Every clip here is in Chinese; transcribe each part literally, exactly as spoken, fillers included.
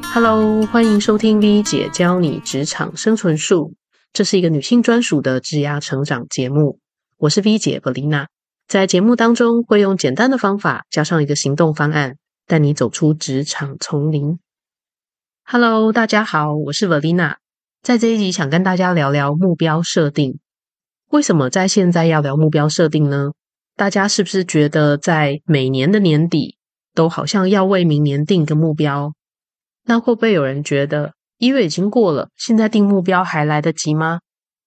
Hello， 欢迎收听 V 姐教你职场生存术，这是一个女性专属的职涯成长节目。我是 V 姐 Belina， 在节目当中会用简单的方法加上一个行动方案，带你走出职场丛林。Hello， 大家好，我是 Belina， 在这一集想跟大家聊聊目标设定。为什么在现在要聊目标设定呢？大家是不是觉得在每年的年底都好像要为明年定个目标？那会不会有人觉得一月已经过了，现在定目标还来得及吗？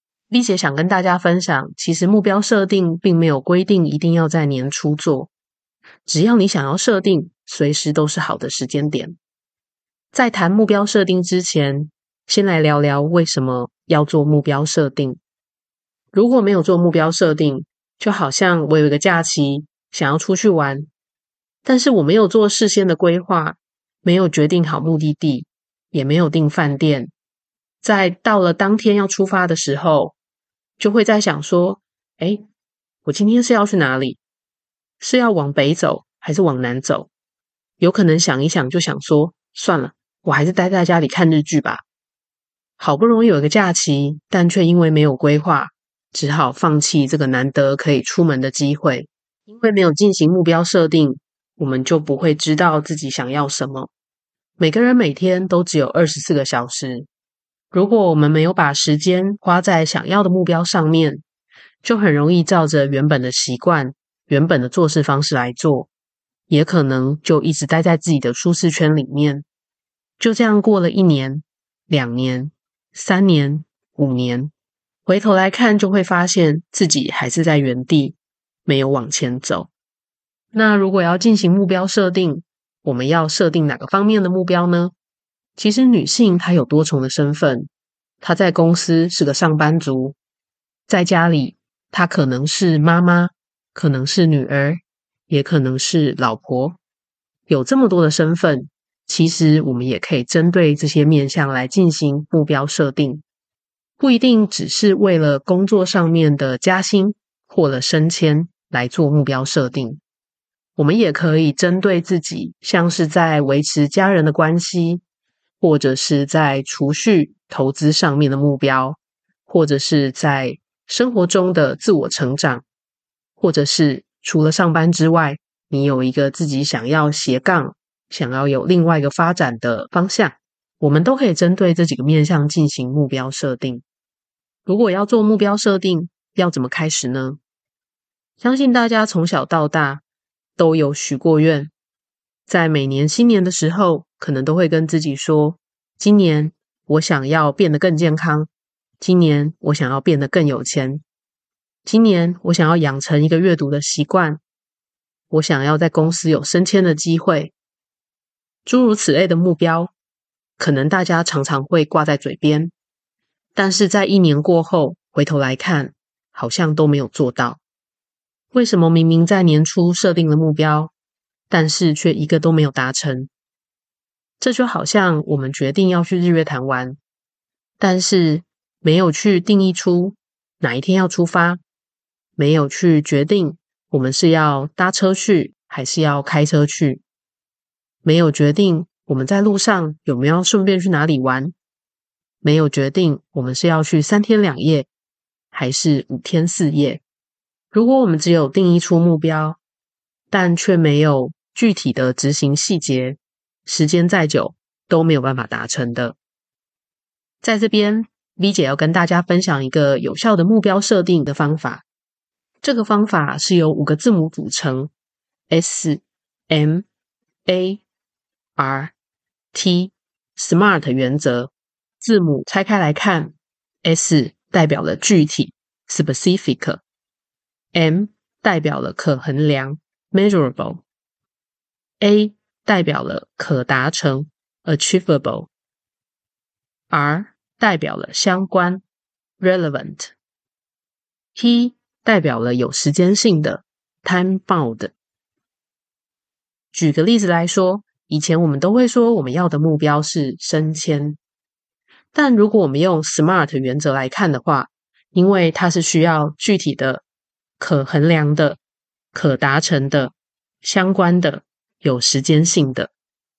V 姐想跟大家分享，其实目标设定并没有规定一定要在年初做，只要你想要设定，随时都是好的时间点。在谈目标设定之前，先来聊聊为什么要做目标设定。如果没有做目标设定，就好像我有一个假期想要出去玩，但是我没有做事先的规划，没有决定好目的地，也没有订饭店，在到了当天要出发的时候，就会在想说，诶，我今天是要去哪里？是要往北走还是往南走？有可能想一想就想说，算了，我还是待在家里看日剧吧。好不容易有一个假期，但却因为没有规划，只好放弃这个难得可以出门的机会。因为没有进行目标设定，我们就不会知道自己想要什么。每个人每天都只有二十四个小时，如果我们没有把时间花在想要的目标上面，就很容易照着原本的习惯、原本的做事方式来做，也可能就一直待在自己的舒适圈里面。就这样过了一年、两年、三年、五年，回头来看就会发现自己还是在原地，没有往前走。那如果要进行目标设定，我们要设定哪个方面的目标呢？其实女性她有多重的身份，她在公司是个上班族，在家里她可能是妈妈，可能是女儿，也可能是老婆。有这么多的身份，其实我们也可以针对这些面向来进行目标设定，不一定只是为了工作上面的加薪或了升迁来做目标设定。我们也可以针对自己，像是在维持家人的关系，或者是在储蓄投资上面的目标，或者是在生活中的自我成长，或者是除了上班之外，你有一个自己想要斜杠，想要有另外一个发展的方向，我们都可以针对这几个面向进行目标设定。如果要做目标设定，要怎么开始呢？相信大家从小到大都有许过愿，在每年新年的时候，可能都会跟自己说，今年我想要变得更健康，今年我想要变得更有钱，今年我想要养成一个阅读的习惯，我想要在公司有升迁的机会，诸如此类的目标，可能大家常常会挂在嘴边，但是在一年过后，回头来看，好像都没有做到。为什么明明在年初设定了目标，但是却一个都没有达成？这就好像我们决定要去日月潭玩，但是没有去定义出哪一天要出发，没有去决定我们是要搭车去还是要开车去，没有决定我们在路上有没有要顺便去哪里玩，没有决定我们是要去三天两夜还是五天四夜。如果我们只有定义出目标，但却没有具体的执行细节，时间再久都没有办法达成的。在这边 V 姐要跟大家分享一个有效的目标设定的方法。这个方法是由五个字母组成 S M A R T SMART 原则。字母拆开来看， S 代表了具体 specific， M 代表了可衡量 measurable， A 代表了可达成 achievable， R 代表了相关 relevant， T 代表了有时间性的 time bound。 举个例子来说，以前我们都会说我们要的目标是升迁，但如果我们用 SMART 原则来看的话，因为它是需要具体的、可衡量的、可达成的、相关的、有时间性的，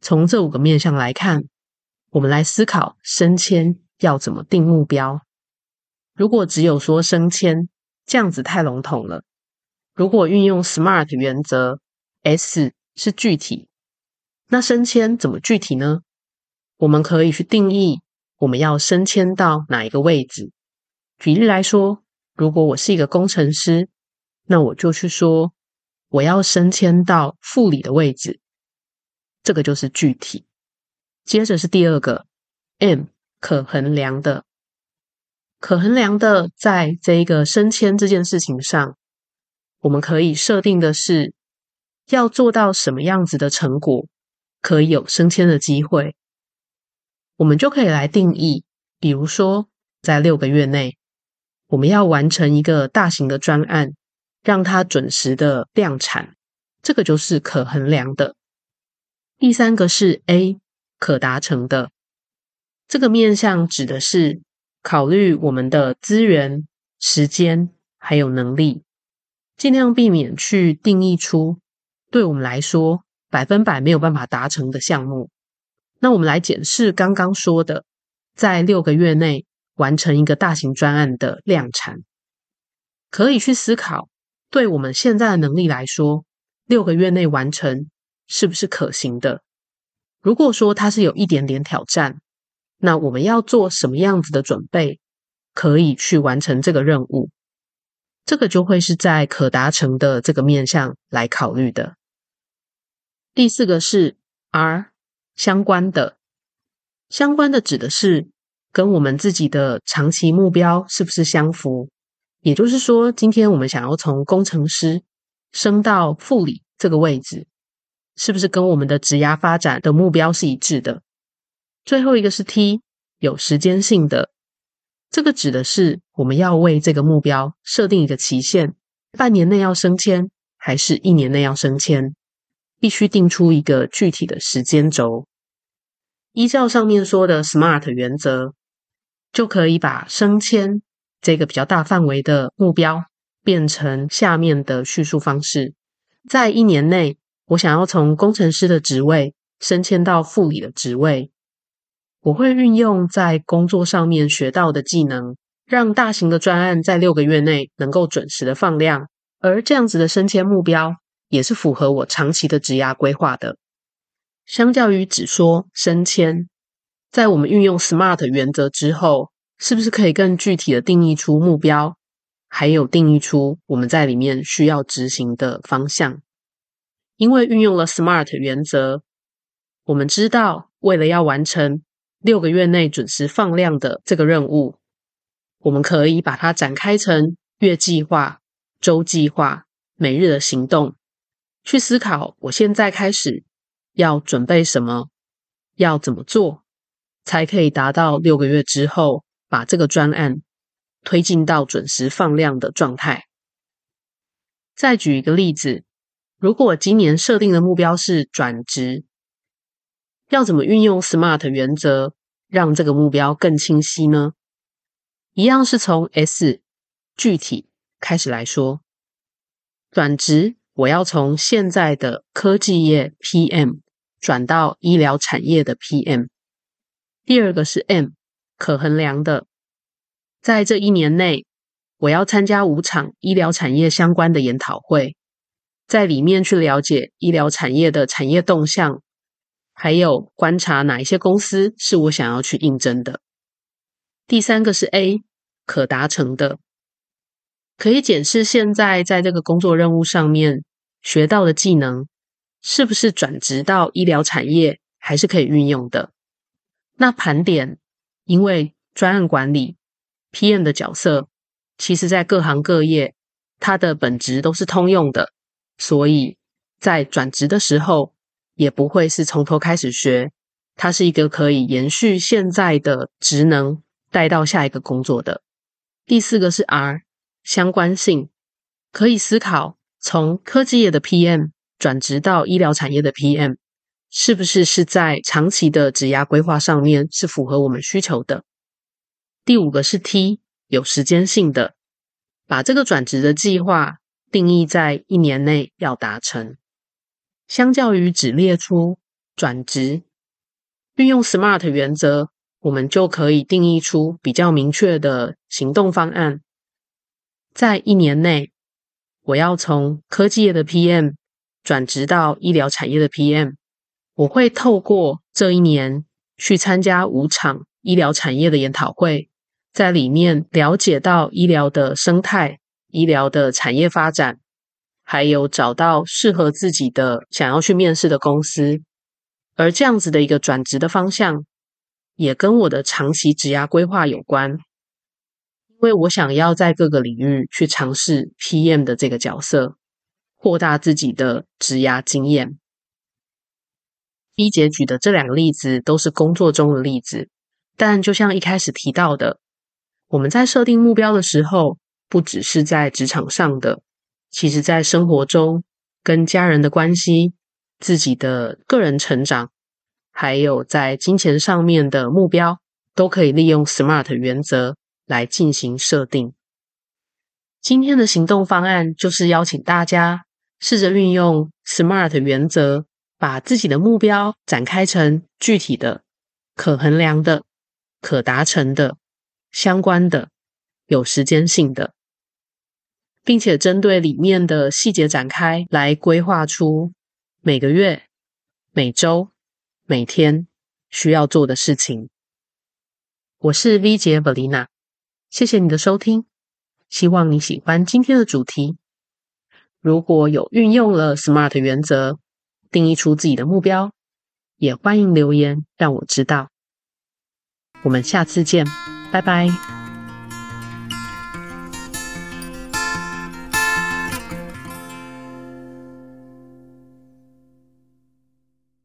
从这五个面向来看，我们来思考升迁要怎么定目标。如果只有说升迁，这样子太笼统了。如果运用 SMART 原则 ，S 是具体，那升迁怎么具体呢？我们可以去定义我们要升迁到哪一个位置。举例来说，如果我是一个工程师，那我就去说我要升迁到副理的位置，这个就是具体。接着是第二个 M， 可衡量的。可衡量的，在这一个升迁这件事情上，我们可以设定的是要做到什么样子的成果可以有升迁的机会。我们就可以来定义，比如说在六个月内我们要完成一个大型的专案，让它准时的量产，这个就是可衡量的。第三个是 A， 可达成的。这个面向指的是考虑我们的资源、时间还有能力，尽量避免去定义出对我们来说百分百没有办法达成的项目。那我们来检视刚刚说的，在六个月内完成一个大型专案的量产，可以去思考对我们现在的能力来说，六个月内完成是不是可行的。如果说它是有一点点挑战，那我们要做什么样子的准备，可以去完成这个任务？这个就会是在可达成的这个面向来考虑的。第四个是 R， 相关的。相关的指的是跟我们自己的长期目标是不是相符？也就是说，今天我们想要从工程师升到副理这个位置，是不是跟我们的职涯发展的目标是一致的？最后一个是 T， 有时间性的。这个指的是我们要为这个目标设定一个期限，半年内要升迁还是一年内要升迁，必须定出一个具体的时间轴。依照上面说的 SMART 原则，就可以把升迁这个比较大范围的目标变成下面的叙述方式。在一年内，我想要从工程师的职位升迁到副理的职位，我会运用在工作上面学到的技能，让大型的专案在六个月内能够准时的放量，而这样子的升迁目标也是符合我长期的职涯规划的。相较于只说升迁，在我们运用 SMART 原则之后，是不是可以更具体的定义出目标，还有定义出我们在里面需要执行的方向？因为运用了 SMART 原则，我们知道为了要完成六个月内准时放量的这个任务，我们可以把它展开成月计划、周计划、每日的行动，去思考我现在开始要准备什么，要怎么做，才可以达到六个月之后把这个专案推进到准时放量的状态。再举一个例子，如果今年设定的目标是转职，要怎么运用 SMART 原则让这个目标更清晰呢？一样是从 S 具体开始来说，转职我要从现在的科技业 P M 转到医疗产业的 P M。 第二个是 M， 可衡量的，在这一年内我要参加五场医疗产业相关的研讨会，在里面去了解医疗产业的产业动向，还有观察哪一些公司是我想要去应征的。第三个是 A， 可达成的，可以检视现在在这个工作任务上面学到的技能，是不是转职到医疗产业还是可以运用的。那盘点，因为专案管理 P M 的角色，其实在各行各业它的本质都是通用的，所以在转职的时候也不会是从头开始学，它是一个可以延续现在的职能带到下一个工作的。第四个是 R， 相关性，可以思考从科技业的 P M 转职到医疗产业的 P M， 是不是是在长期的职涯规划上面是符合我们需求的。第五个是 T， 有时间性的，把这个转职的计划定义在一年内要达成。相较于只列出转职。运用 SMART 原则，我们就可以定义出比较明确的行动方案。在一年内，我要从科技业的 P M 转职到医疗产业的 P M。我会透过这一年去参加五场医疗产业的研讨会，在里面了解到医疗的生态、医疗的产业发展，还有找到适合自己的想要去面试的公司。而这样子的一个转职的方向，也跟我的长期职涯规划有关，因为我想要在各个领域去尝试 P M 的这个角色，扩大自己的职涯经验。B 姐举的这两个例子都是工作中的例子，但就像一开始提到的，我们在设定目标的时候，不只是在职场上的，其实在生活中跟家人的关系、自己的个人成长，还有在金钱上面的目标，都可以利用 SMART 原则来进行设定。今天的行动方案就是邀请大家试着运用 SMART 原则，把自己的目标展开成具体的、可衡量的、可达成的、相关的、有时间性的，并且针对里面的细节展开来规划出每个月、每周、每天需要做的事情。我是 V 姐 Belina， 谢谢你的收听，希望你喜欢今天的主题。如果有运用了 SMART 原则，定义出自己的目标，也欢迎留言让我知道。我们下次见，拜拜。